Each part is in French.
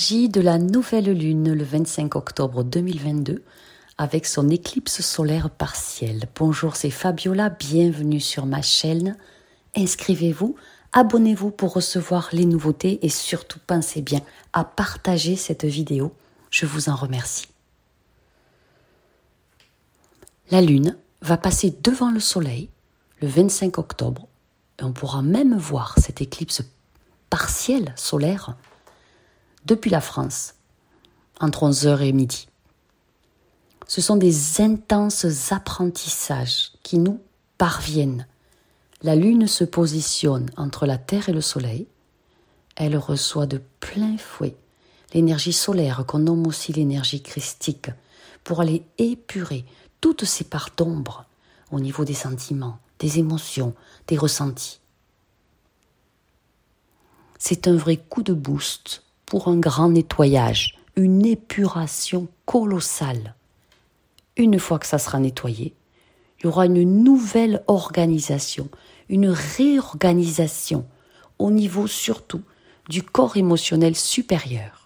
De la nouvelle lune le 25 octobre 2022 avec son éclipse solaire partielle. Bonjour, c'est Fabiola, bienvenue sur ma chaîne. Inscrivez-vous, abonnez-vous pour recevoir les nouveautés et surtout pensez bien à partager cette vidéo. Je vous en remercie. La lune va passer devant le soleil le 25 octobre et on pourra même voir cette éclipse partielle solaire depuis la France, entre 11h et midi. Ce sont des intenses apprentissages qui nous parviennent. La Lune se positionne entre la Terre et le Soleil. Elle reçoit de plein fouet l'énergie solaire, qu'on nomme aussi l'énergie christique, pour aller épurer toutes ces parts d'ombre au niveau des sentiments, des émotions, des ressentis. C'est un vrai coup de boost pour un grand nettoyage, une épuration colossale. Une fois que ça sera nettoyé, il y aura une nouvelle organisation, une réorganisation au niveau surtout du corps émotionnel supérieur.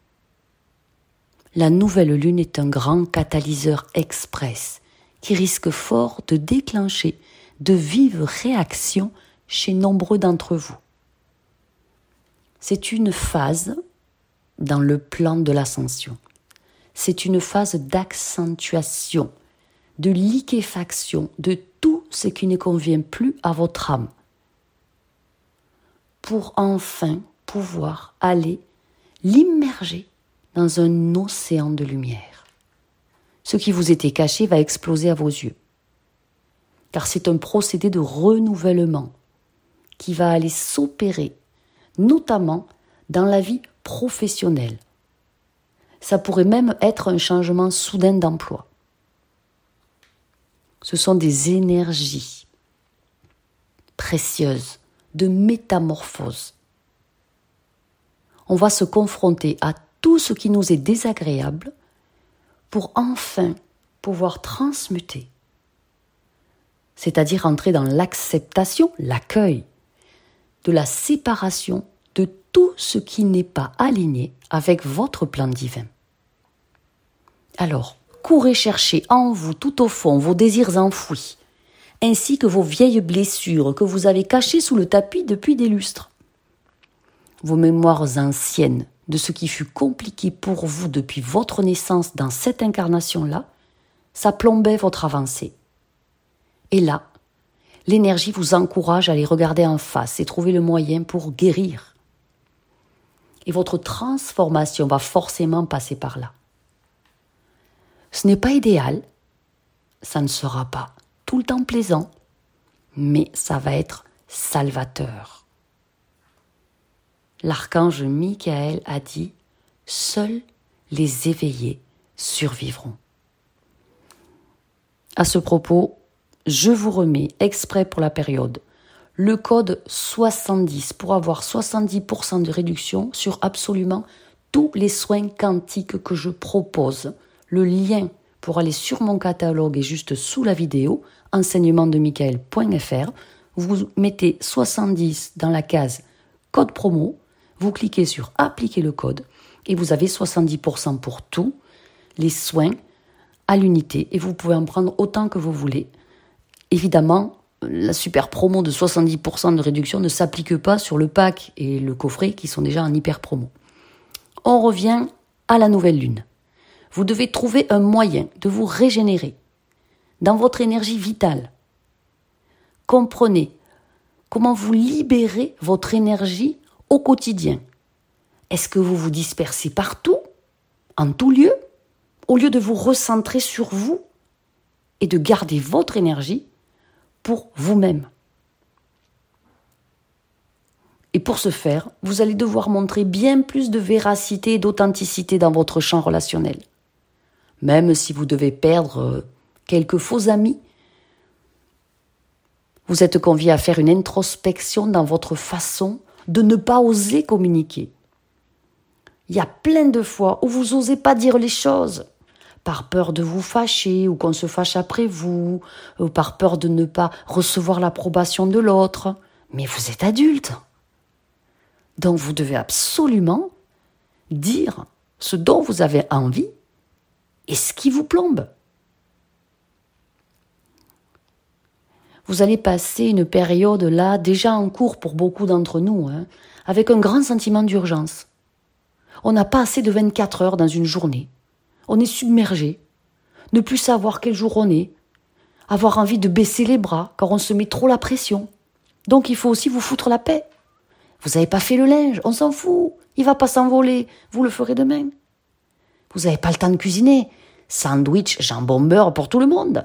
La nouvelle lune est un grand catalyseur express qui risque fort de déclencher de vives réactions chez nombreux d'entre vous. C'est une phase dans le plan de l'ascension. C'est une phase d'accentuation, de liquéfaction de tout ce qui ne convient plus à votre âme, pour enfin pouvoir aller l'immerger dans un océan de lumière. Ce qui vous était caché va exploser à vos yeux, car c'est un procédé de renouvellement qui va aller s'opérer, notamment dans la vie professionnelle. Ça pourrait même être un changement soudain d'emploi. Ce sont des énergies précieuses de métamorphose. On va se confronter à tout ce qui nous est désagréable pour enfin pouvoir transmuter, c'est-à-dire entrer dans l'acceptation, l'accueil, de la séparation de tout ce qui n'est pas aligné avec votre plan divin. Alors, courez chercher en vous, tout au fond, vos désirs enfouis, ainsi que vos vieilles blessures que vous avez cachées sous le tapis depuis des lustres. Vos mémoires anciennes de ce qui fut compliqué pour vous depuis votre naissance dans cette incarnation-là, ça plombait votre avancée. Et là, l'énergie vous encourage à les regarder en face et trouver le moyen pour guérir. Et votre transformation va forcément passer par là. Ce n'est pas idéal, ça ne sera pas tout le temps plaisant, mais ça va être salvateur. L'archange Michael a dit « Seuls les éveillés survivront ». À ce propos, je vous remets, exprès pour la période, le code 70 pour avoir 70% de réduction sur absolument tous les soins quantiques que je propose. Le lien pour aller sur mon catalogue est juste sous la vidéo, enseignementdemichael.fr. Vous mettez 70 dans la case code promo, vous cliquez sur appliquer le code et vous avez 70% pour tous les soins à l'unité et vous pouvez en prendre autant que vous voulez. Évidemment, la super promo de 70% de réduction ne s'applique pas sur le pack et le coffret qui sont déjà en hyper promo. On revient à la nouvelle lune. Vous devez trouver un moyen de vous régénérer dans votre énergie vitale. Comprenez comment vous libérez votre énergie au quotidien. Est-ce que vous vous dispersez partout, en tout lieu, au lieu de vous recentrer sur vous et de garder votre énergie pour vous-même. Et pour ce faire, vous allez devoir montrer bien plus de véracité et d'authenticité dans votre champ relationnel. Même si vous devez perdre quelques faux amis, vous êtes convié à faire une introspection dans votre façon de ne pas oser communiquer. Il y a plein de fois où vous n'osez pas dire les choses, par peur de vous fâcher ou qu'on se fâche après vous, ou par peur de ne pas recevoir l'approbation de l'autre. Mais vous êtes adulte. Donc vous devez absolument dire ce dont vous avez envie et ce qui vous plombe. Vous allez passer une période là, déjà en cours pour beaucoup d'entre nous, avec un grand sentiment d'urgence. On n'a pas assez de 24 heures dans une journée. On est submergé. Ne plus savoir quel jour on est. Avoir envie de baisser les bras car on se met trop la pression. Donc il faut aussi vous foutre la paix. Vous n'avez pas fait le linge, on s'en fout. Il va pas s'envoler, vous le ferez demain. Vous n'avez pas le temps de cuisiner. Sandwich, jambon beurre pour tout le monde.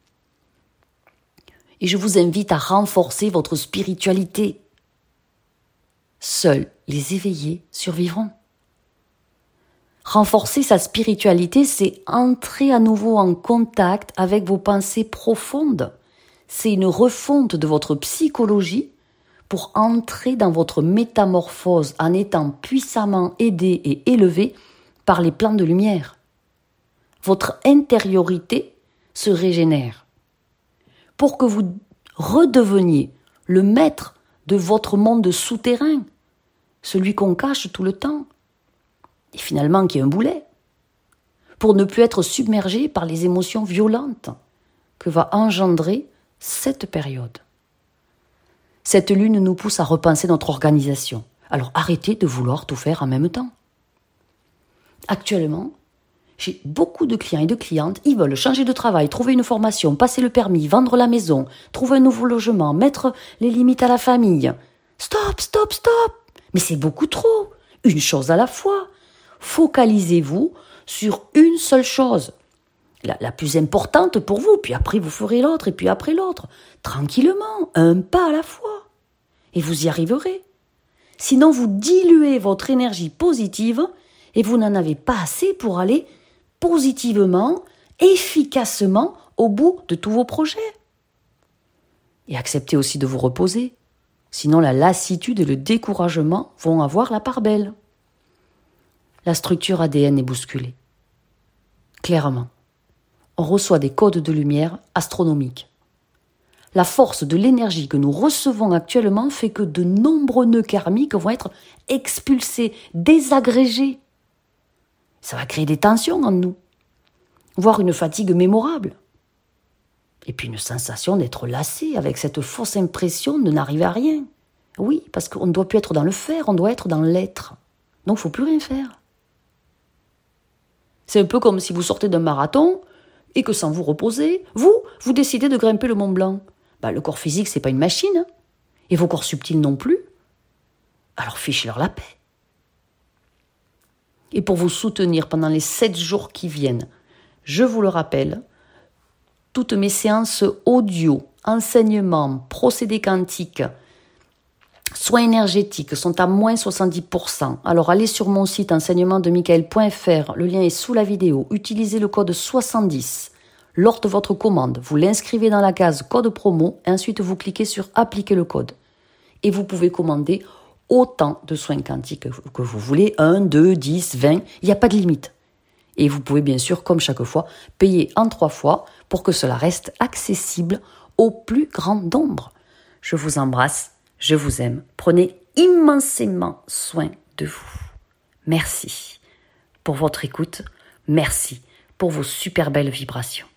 Et je vous invite à renforcer votre spiritualité. Seuls les éveillés survivront. Renforcer sa spiritualité, c'est entrer à nouveau en contact avec vos pensées profondes. C'est une refonte de votre psychologie pour entrer dans votre métamorphose en étant puissamment aidé et élevé par les plans de lumière. Votre intériorité se régénère. Pour que vous redeveniez le maître de votre monde souterrain, celui qu'on cache tout le temps, et finalement qui est un boulet, pour ne plus être submergé par les émotions violentes que va engendrer cette période. Cette lune nous pousse à repenser notre organisation. Alors arrêtez de vouloir tout faire en même temps. Actuellement, j'ai beaucoup de clients et de clientes, ils veulent changer de travail, trouver une formation, passer le permis, vendre la maison, trouver un nouveau logement, mettre les limites à la famille. Stop, stop, stop! Mais c'est beaucoup trop. Une chose à la fois. Focalisez-vous sur une seule chose, la plus importante pour vous, puis après vous ferez l'autre, et puis après l'autre. Tranquillement, un pas à la fois. Et vous y arriverez. Sinon, vous diluez votre énergie positive et vous n'en avez pas assez pour aller positivement, efficacement au bout de tous vos projets. Et acceptez aussi de vous reposer. Sinon, la lassitude et le découragement vont avoir la part belle. La structure ADN est bousculée. Clairement, on reçoit des codes de lumière astronomiques. La force de l'énergie que nous recevons actuellement fait que de nombreux nœuds karmiques vont être expulsés, désagrégés. Ça va créer des tensions en nous, voire une fatigue mémorable. Et puis une sensation d'être lassé avec cette fausse impression de n'arriver à rien. Oui, parce qu'on ne doit plus être dans le faire, on doit être dans l'être. Donc il ne faut plus rien faire. C'est un peu comme si vous sortez d'un marathon et que sans vous reposer, vous décidez de grimper le Mont Blanc. Le corps physique, c'est pas une machine, et vos corps subtils non plus. Alors fichez-leur la paix. Et pour vous soutenir pendant les 7 jours qui viennent, je vous le rappelle, toutes mes séances audio, enseignements, procédés quantiques, soins énergétiques sont à moins 70%. Alors allez sur mon site enseignementdemichael.fr, le lien est sous la vidéo. Utilisez le code 70 lors de votre commande. Vous l'inscrivez dans la case code promo et ensuite vous cliquez sur appliquer le code. Et vous pouvez commander autant de soins quantiques que vous voulez, 1, 2, 10, 20, il n'y a pas de limite. Et vous pouvez bien sûr, comme chaque fois, payer en 3 fois pour que cela reste accessible au plus grand nombre. Je vous embrasse. Je vous aime. Prenez immensément soin de vous. Merci pour votre écoute. Merci pour vos super belles vibrations.